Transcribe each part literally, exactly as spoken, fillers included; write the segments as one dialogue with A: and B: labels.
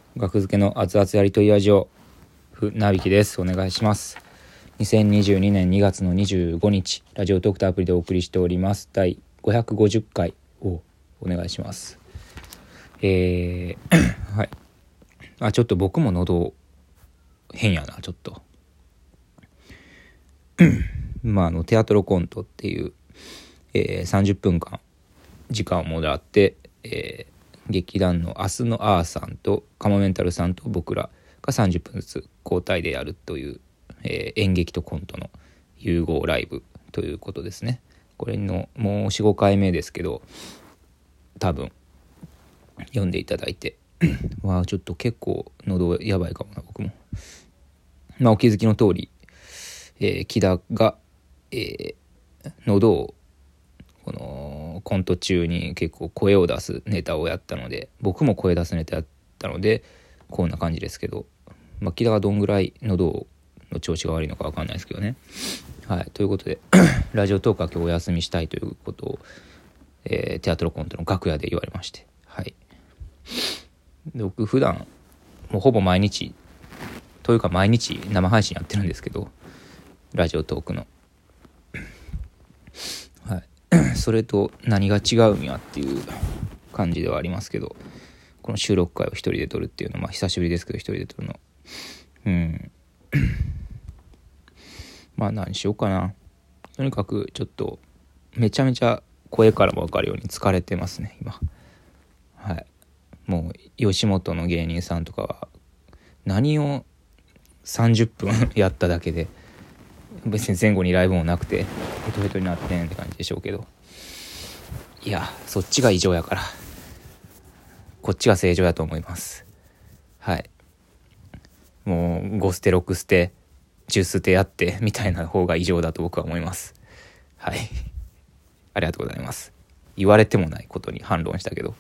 A: 学付けの熱々やりとりラジオふなびきです。お願いします。にせんにじゅうにねんにがつのにじゅうごにち、ラジオトークとアプリでお送りしておりますだいごひゃくごじゅっかいをお願いします。えーはいあちょっと僕も喉変やなちょっとまああのテアトロコントっていう、えー、さんじゅっぷんかん時間をもらって、えー劇団の明日のあーさんとカモメンタルさんと僕らがさんじゅっぷんずつ交代でやるという、えー演劇とコントの融合ライブということですね。これのもう よん,ご 回目ですけど、多分読んでいただいてわあちょっと結構喉やばいかもな僕も。まあお気づきの通り、えー、木田が、えー、喉をこのコント中に結構声を出すネタをやったので、僕も声出すネタやったのでこんな感じですけど、まあ、木田がどんぐらい喉の調子が悪いのか分かんないですけどね。はいということでラジオトークは今日お休みしたいということを、えー、テアトロコントの楽屋で言われまして、はいで僕普段もうほぼ毎日というか毎日生配信やってるんですけど、ラジオトークのそれと何が違うんやっていう感じではありますけど、この収録会を一人で撮るっていうのはまあ久しぶりですけど一人で撮るのうんまあ何しようかな。とにかくちょっとめちゃめちゃ声からも分かるように疲れてますね今。はいもう吉本の芸人さんとかは何をさんじゅっぷんやっただけで別に前後にライブもなくてヘトヘトになってんって感じでしょうけど、いやそっちが異常やからこっちが正常やと思います。はいもうごステろくステじゅうステやってみたいな方が異常だと僕は思います。はいありがとうございます。言われてもないことに反論したけど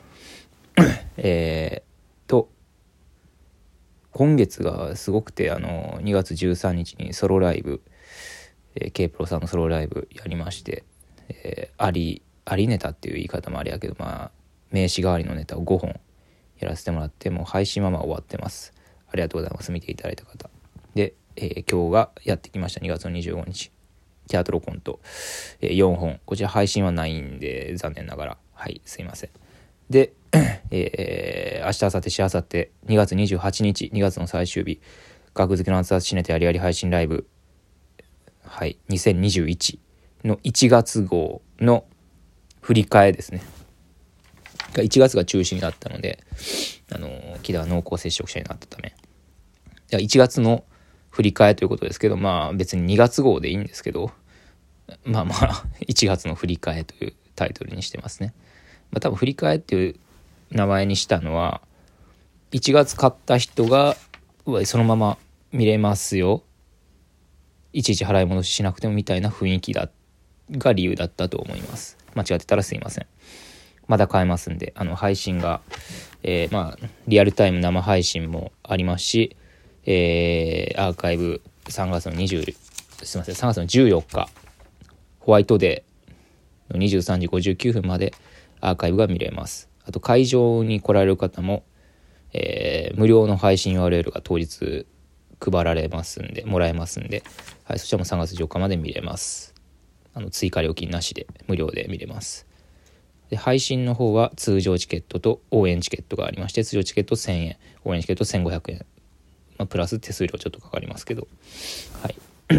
A: えーと今月がすごくて、あのにがつじゅうさんにちにソロライブ、えー、K プロさんのソロライブやりまして、えー、ありありネタっていう言い方もあれやけど、まあ名刺代わりのネタをごほんやらせてもらって、もう配信はまあ終わってます。ありがとうございます見ていただいた方で、えー、今日がやってきましたにがつのにじゅうごにちテアトロコント、えー、よんほん、こちら配信はないんで残念ながらはいすいません。で、えー、明日明後日しあさってにがつにじゅうはちにちにがつの最終日、学付けの熱々しねてやりやり配信ライブ、はいにせんにじゅういちのいちがつ号の振り替えですね。いちがつが中止になったので、あの木田が濃厚接触者になったためいちがつの振り替えということですけど、まあ別ににがつ号でいいんですけど、まあまあいちがつの振り替えというタイトルにしてますね。まあ、多分振り替えっていう名前にしたのはいちがつ買った人がそのまま見れますよ、いちいち払い戻ししなくてもみたいな雰囲気だが理由だったと思います。間違ってたらすいません。まだ買えますんで、あの配信が、えー、まあリアルタイム生配信もありますし、えー、アーカイブさんがつのにじゅうすいませんさんがつのじゅうよっかホワイトデーのにじゅうさんじごじゅうきゅうふんまでアーカイブが見れます。あと会場に来られる方も、えー、無料の配信 ユーアールエル が当日配られますんでもらえますんで、はい、そちらもさんがつじゅうよっかまで見れます。あの追加料金なしで無料で見れます。で配信の方は通常チケットと応援チケットがありまして、通常チケットせんえん、応援チケットせんごひゃくえん、まあ、プラス手数料ちょっとかかりますけど、はい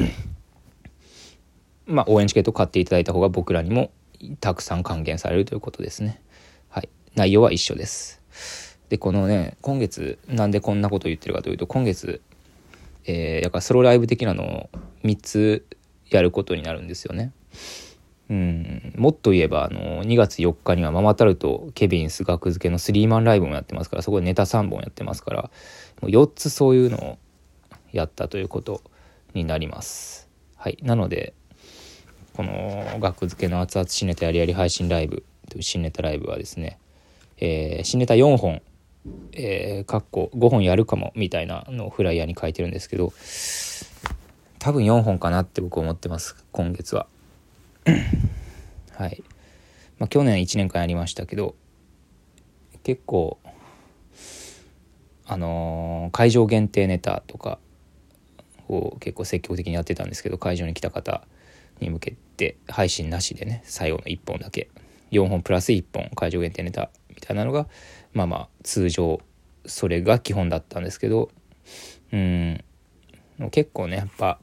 A: まあ応援チケット買っていただいた方が僕らにもたくさん還元されるということですね。はい、内容は一緒です。でこのね今月なんでこんなこと言ってるかというと、今月、えー、やっぱソロライブ的なのをみっつやることになるんですよね。うんもっと言えばあのにがつよっかにはママタルトケビンス学付けのスリーマンライブもやってますから、そこでネタさんぼんやってますから、もうよっつそういうのをやったということになります。はいなのでこの学付けの熱々新ネタやりやり配信ライブという新ネタライブはですね、えー、新ネタよんほん、えー、かっこごほんやるかもみたいなのをフライヤーに書いてるんですけど、多分よんほんかなって僕思ってます今月ははい、まあ、去年いちねんかんやりましたけど結構あのー、会場限定ネタとかを結構積極的にやってたんですけど、会場に来た方に向けて配信なしでね、最後のいっぽんだけよんほんプラスいっぽん会場限定ネタみたいなのがまあまあ通常それが基本だったんですけど、うん結構ねやっぱ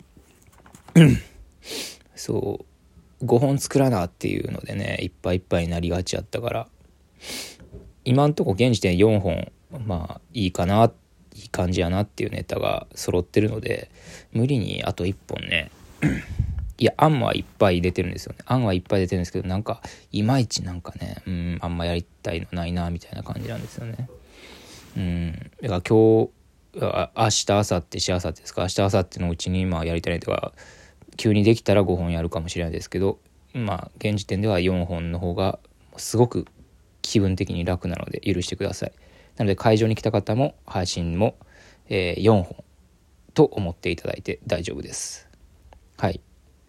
A: そうごほん作らなっていうのでねいっぱいいっぱいになりがちやったから、今んとこ現時点よんほんまあいいかないい感じやなっていうネタが揃ってるので、無理にあといっぽんねいや案はいっぱい出てるんですよね。案はいっぱい出てるんですけど、なんかいまいちなんかねうんあんまやりたいのないなみたいな感じなんですよね。うんだから今日あ明日明後日しあさってですか、明日明後日のうちにまあやりたいネタが急にできたらごほんやるかもしれないですけど、まあ現時点ではよんほんの方がすごく気分的に楽なので許してください。なので会場に来た方も配信も、えー、よんほんと思っていただいて大丈夫です。はい。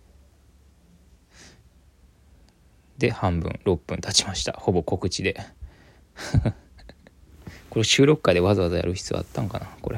A: で半分ろっぷん経ちました。ほぼ告知でこれ収録会でわざわざやる必要あったんかなこれ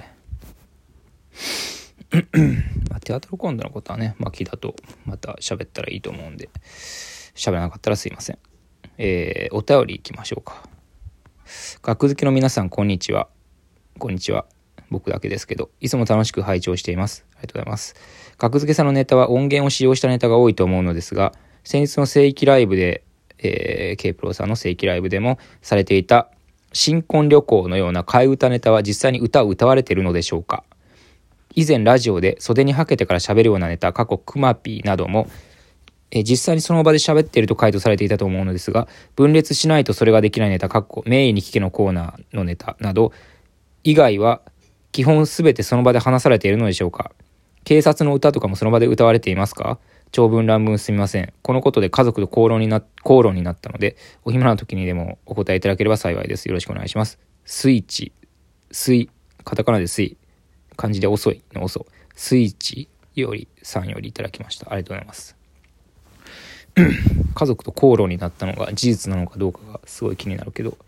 A: まあテアトルコントのことはね巻きだとまた喋ったらいいと思うんで、喋らなかったらすいません。えー、お便りいきましょうか。学付けの皆さんこんにちは。こんにちは。僕だけですけどいつも楽しく拝聴しています。ありがとうございます。学付けさんのネタは音源を使用したネタが多いと思うのですが、先日の正規ライブで、えー、K プロさんの正規ライブでもされていた新婚旅行のような替え歌ネタは実際に歌を歌われているのでしょうか。以前ラジオで袖にはけてから喋るようなネタ過去クマピーなども、えー、実際にその場で喋っていると回答されていたと思うのですが、分裂しないとそれができないネタ過去名医に聞けのコーナーのネタなど以外は基本すべてその場で話されているのでしょうか。警察の歌とかもその場で歌われていますか。長文乱文すみません。このことで家族と口論にな口論になったので、お暇な時にでもお答えいただければ幸いです。よろしくお願いします。スイッチ、スイ、カタカナでスイ、漢字で遅いの遅、スイッチよりさんよりいただきました。ありがとうございます。家族と口論になったのが事実なのかどうかがすごい気になるけど、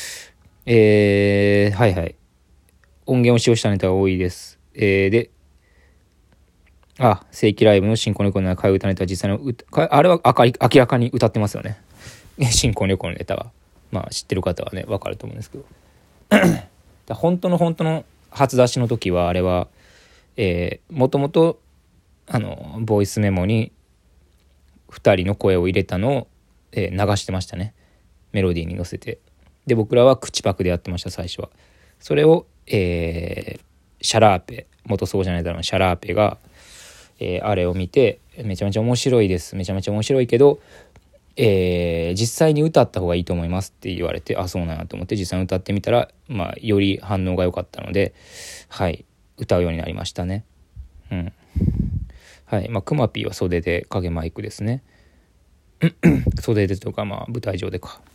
A: えー、はいはい。音源を使用したネタが多いです。えー、で、あ、正規ライブの新婚旅行の替え歌ネタは実際の歌、あれは明らかに歌ってますよね。新婚旅行のネタは。まあ知ってる方はね、わかると思うんですけど。本当の本当の初出しの時は、あれは、えー、もともと、あの、ボイスメモにふたりの声を入れたのを、えー、流してましたね。メロディーに乗せて。で、僕らは口パクでやってました、最初は。それを、えー、シャラーペ、元そうじゃないだろうのシャラーペが、えー、あれを見てめちゃめちゃ面白いですめちゃめちゃ面白いけど、えー、実際に歌った方がいいと思いますって言われて、あそうなんやと思って実際に歌ってみたら、まあより反応が良かったので、はい歌うようになりましたね。うんはいまあクマピーは袖で影マイクですね袖でとかまあ舞台上でか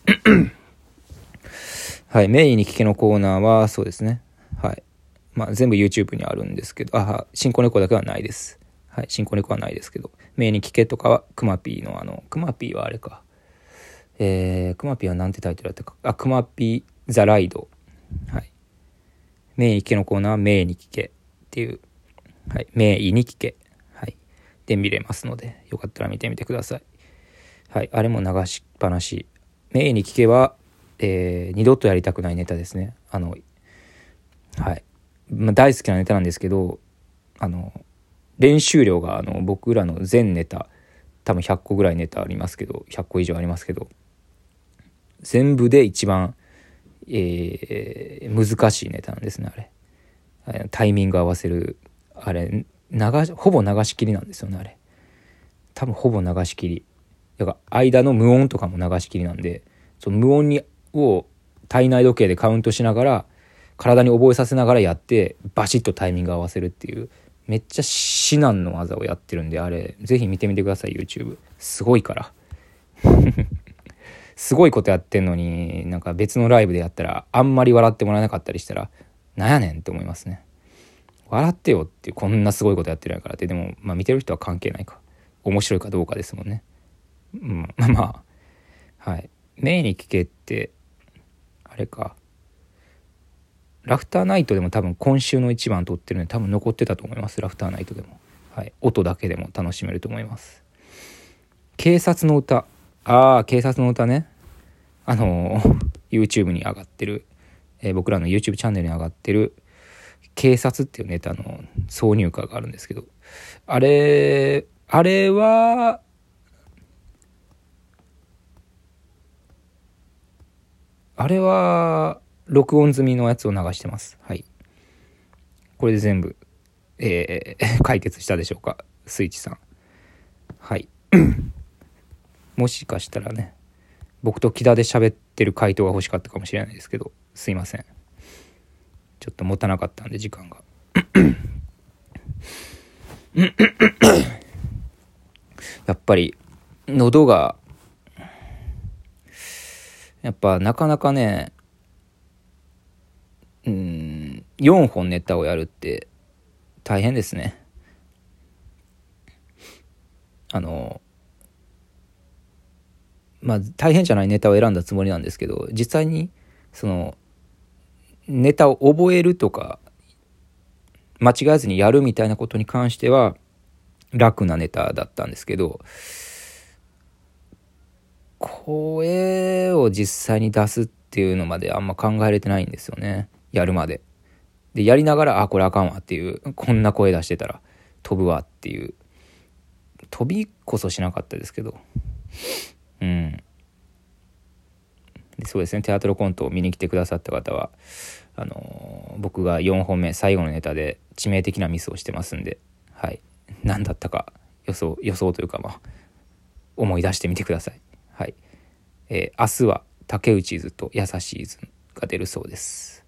A: はいメインに聞けのコーナーはそうですね、はいまあ全部 YouTube にあるんですけど、あ新婚旅行だけはないです。はい、新婚旅行はないですけど、名に聞けとかはクマピーのあのクマピーはあれか、えー、クマピーはなんてタイトルだったか、あクマピーザライド、はい名に聞けのコーナーは名に聞けっていう、はい名医に聞け、はいで見れますのでよかったら見てみてください。はいあれも流しっぱなし。名医に聞けは、えー、二度とやりたくないネタですね。あのはい、まあ、大好きなネタなんですけど、あの練習量があの僕らの全ネタ多分ひゃっこぐらいネタありますけど、ひゃっこ以上ありますけど、全部で一番、えー、難しいネタなんですね。あれタイミング合わせる、あれ流しほぼ流し切りなんですよね。あれ多分ほぼ流し切りだから間の無音とかも流し切りなんで、その無音にを体内時計でカウントしながら体に覚えさせながらやってバシッとタイミング合わせるっていうめっちゃ至難の技をやってるんで、あれぜひ見てみてください。 YouTube すごいからすごいことやってんのになんか別のライブでやったらあんまり笑ってもらえなかったりしたらなんやねんって思いますね。笑ってよっていう、こんなすごいことやってるんやからって。でもまあ見てる人は関係ないか、面白いかどうかですもんね。うんまあまあはいメイに聞けってあれか、 ラフターナイトでも多分今週の一番撮ってるんで多分残ってたと思います。ラフターナイトでも、はい、音だけでも楽しめると思います。警察の歌、ああ警察の歌ね、あのー、YouTube に上がってる、えー、僕らの YouTube チャンネルに上がってる警察っていうネタの挿入歌があるんですけど、あれあれはあれは録音済みのやつを流してます。はい。これで全部、えー、解決したでしょうか、スイッチさん。はい。もしかしたらね、僕と木田で喋ってる回答が欲しかったかもしれないですけど、すいません。ちょっと持たなかったんで時間が。やっぱり喉がやっぱなかなかね、うーんよんほんネタをやるって大変ですね。あのまあ大変じゃないネタを選んだつもりなんですけど、実際にそのネタを覚えるとか間違えずにやるみたいなことに関しては楽なネタだったんですけど、声を実際に出すっていうのまであんま考えれてないんですよね、やるまで。でやりながらあこれあかんわっていう、こんな声出してたら飛ぶわっていう、飛びこそしなかったですけど、うんでそうですね、テアトルコントを見に来てくださった方はあのー、僕がよんほんめ最後のネタで致命的なミスをしてますんで、はい何だったか予想予想というかまあ思い出してみてください。はい、えー、明日は竹内図と優しい図が出るそうです。